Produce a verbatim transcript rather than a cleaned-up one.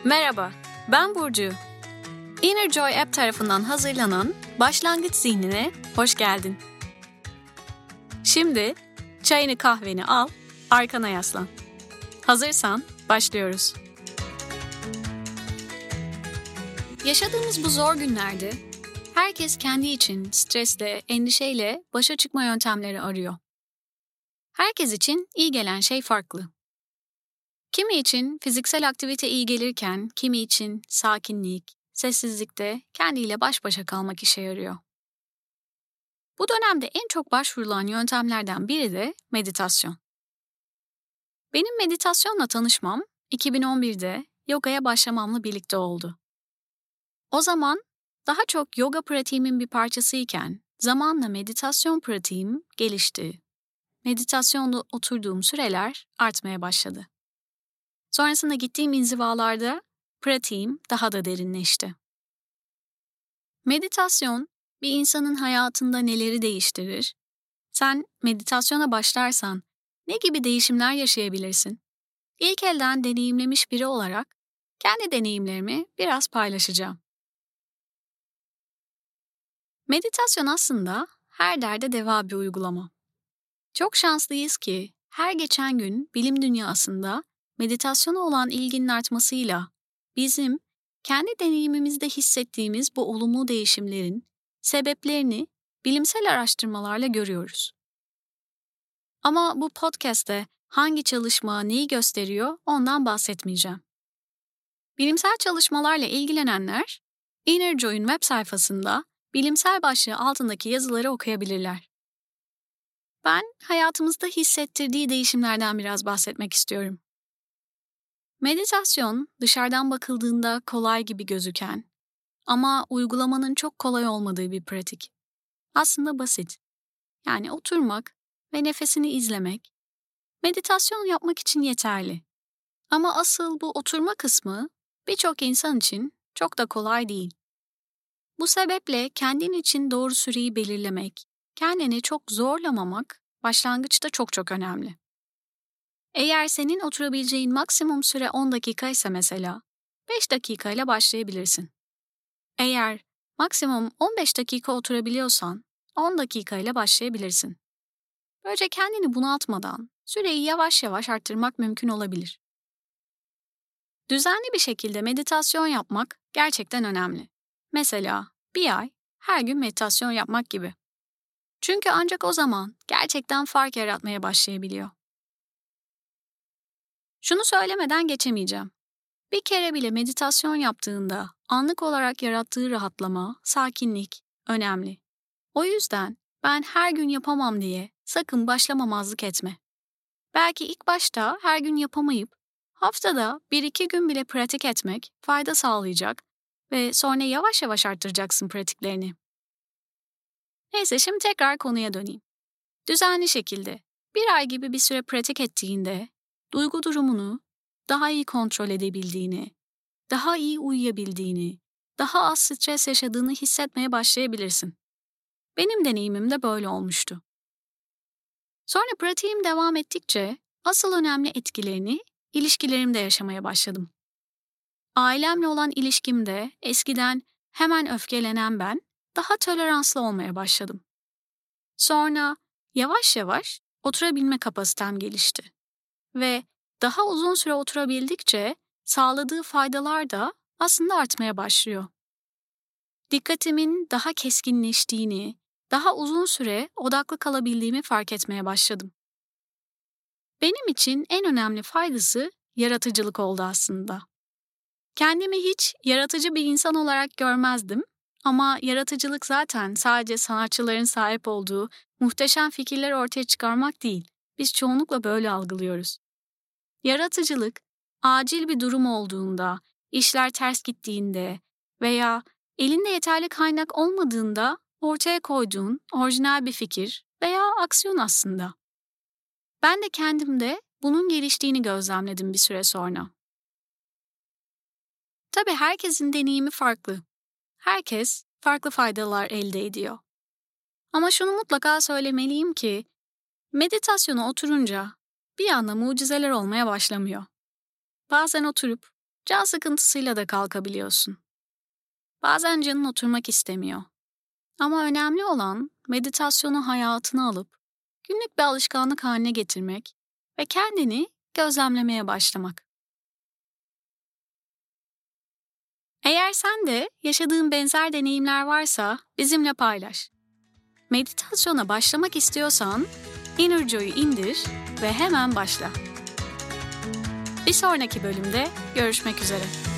Merhaba, ben Burcu. Inner Joy App tarafından hazırlanan Başlangıç Zihnine hoş geldin. Şimdi çayını kahveni al, arkana yaslan. Hazırsan başlıyoruz. Yaşadığımız bu zor günlerde herkes kendi için stresle, endişeyle başa çıkma yöntemleri arıyor. Herkes için iyi gelen şey farklı. Kimi için fiziksel aktivite iyi gelirken, kimi için sakinlik, sessizlikte kendiyle baş başa kalmak işe yarıyor. Bu dönemde en çok başvurulan yöntemlerden biri de meditasyon. Benim meditasyonla tanışmam iki bin on birde yogaya başlamamla birlikte oldu. O zaman daha çok yoga pratiğimin bir parçasıyken zamanla meditasyon pratiğim gelişti. Meditasyonda oturduğum süreler artmaya başladı. Sonrasında gittiğim inzivalarda pratiğim daha da derinleşti. Meditasyon bir insanın hayatında neleri değiştirir? Sen meditasyona başlarsan ne gibi değişimler yaşayabilirsin? İlk elden deneyimlemiş biri olarak kendi deneyimlerimi biraz paylaşacağım. Meditasyon aslında her derde deva bir uygulama. Çok şanslıyız ki her geçen gün bilim dünyasında meditasyona olan ilginin artmasıyla bizim kendi deneyimimizde hissettiğimiz bu olumlu değişimlerin sebeplerini bilimsel araştırmalarla görüyoruz. Ama bu podcast'te hangi çalışma neyi gösteriyor ondan bahsetmeyeceğim. Bilimsel çalışmalarla ilgilenenler Inner Joy'un web sayfasında bilimsel başlığı altındaki yazıları okuyabilirler. Ben hayatımızda hissettirdiği değişimlerden biraz bahsetmek istiyorum. Meditasyon dışarıdan bakıldığında kolay gibi gözüken ama uygulamanın çok kolay olmadığı bir pratik. Aslında basit. Yani oturmak ve nefesini izlemek meditasyon yapmak için yeterli. Ama asıl bu oturma kısmı birçok insan için çok da kolay değil. Bu sebeple kendin için doğru süreyi belirlemek, kendini çok zorlamamak başlangıçta çok çok önemli. Eğer senin oturabileceğin maksimum süre on dakika ise mesela beş dakika ile başlayabilirsin. Eğer maksimum on beş dakika oturabiliyorsan on dakika ile başlayabilirsin. Böylece kendini bunaltmadan süreyi yavaş yavaş arttırmak mümkün olabilir. Düzenli bir şekilde meditasyon yapmak gerçekten önemli. Mesela bir ay her gün meditasyon yapmak gibi. Çünkü ancak o zaman gerçekten fark yaratmaya başlayabiliyor. Şunu söylemeden geçemeyeceğim. Bir kere bile meditasyon yaptığında anlık olarak yarattığı rahatlama, sakinlik önemli. O yüzden ben her gün yapamam diye sakın başlamamazlık etme. Belki ilk başta her gün yapamayıp haftada bir iki gün bile pratik etmek fayda sağlayacak ve sonra yavaş yavaş arttıracaksın pratiklerini. Neyse şimdi tekrar konuya döneyim. Düzenli şekilde bir ay gibi bir süre pratik ettiğinde duygu durumunu daha iyi kontrol edebildiğini, daha iyi uyuyabildiğini, daha az stres yaşadığını hissetmeye başlayabilirsin. Benim deneyimim de böyle olmuştu. Sonra pratiğim devam ettikçe asıl önemli etkilerini ilişkilerimde yaşamaya başladım. Ailemle olan ilişkimde eskiden hemen öfkelenen ben daha toleranslı olmaya başladım. Sonra yavaş yavaş oturabilme kapasitem gelişti. Ve daha uzun süre oturabildikçe sağladığı faydalar da aslında artmaya başlıyor. Dikkatimin daha keskinleştiğini, daha uzun süre odaklı kalabildiğimi fark etmeye başladım. Benim için en önemli faydası yaratıcılık oldu aslında. Kendimi hiç yaratıcı bir insan olarak görmezdim ama yaratıcılık zaten sadece sanatçıların sahip olduğu muhteşem fikirler ortaya çıkarmak değil. Biz çoğunlukla böyle algılıyoruz. Yaratıcılık, acil bir durum olduğunda, işler ters gittiğinde veya elinde yeterli kaynak olmadığında ortaya koyduğun orijinal bir fikir veya aksiyon aslında. Ben de kendimde bunun geliştiğini gözlemledim bir süre sonra. Tabii herkesin deneyimi farklı. Herkes farklı faydalar elde ediyor. Ama şunu mutlaka söylemeliyim ki, meditasyona oturunca bir anda mucizeler olmaya başlamıyor. Bazen oturup Can sıkıntısıyla da kalkabiliyorsun. Bazen canın oturmak istemiyor. Ama önemli olan meditasyonu hayatına alıp günlük bir alışkanlık haline getirmek ve kendini gözlemlemeye başlamak. Eğer sen de yaşadığın benzer deneyimler varsa bizimle paylaş. Meditasyona başlamak istiyorsan Inner Joy'u indir ve hemen başla. Bir sonraki bölümde görüşmek üzere.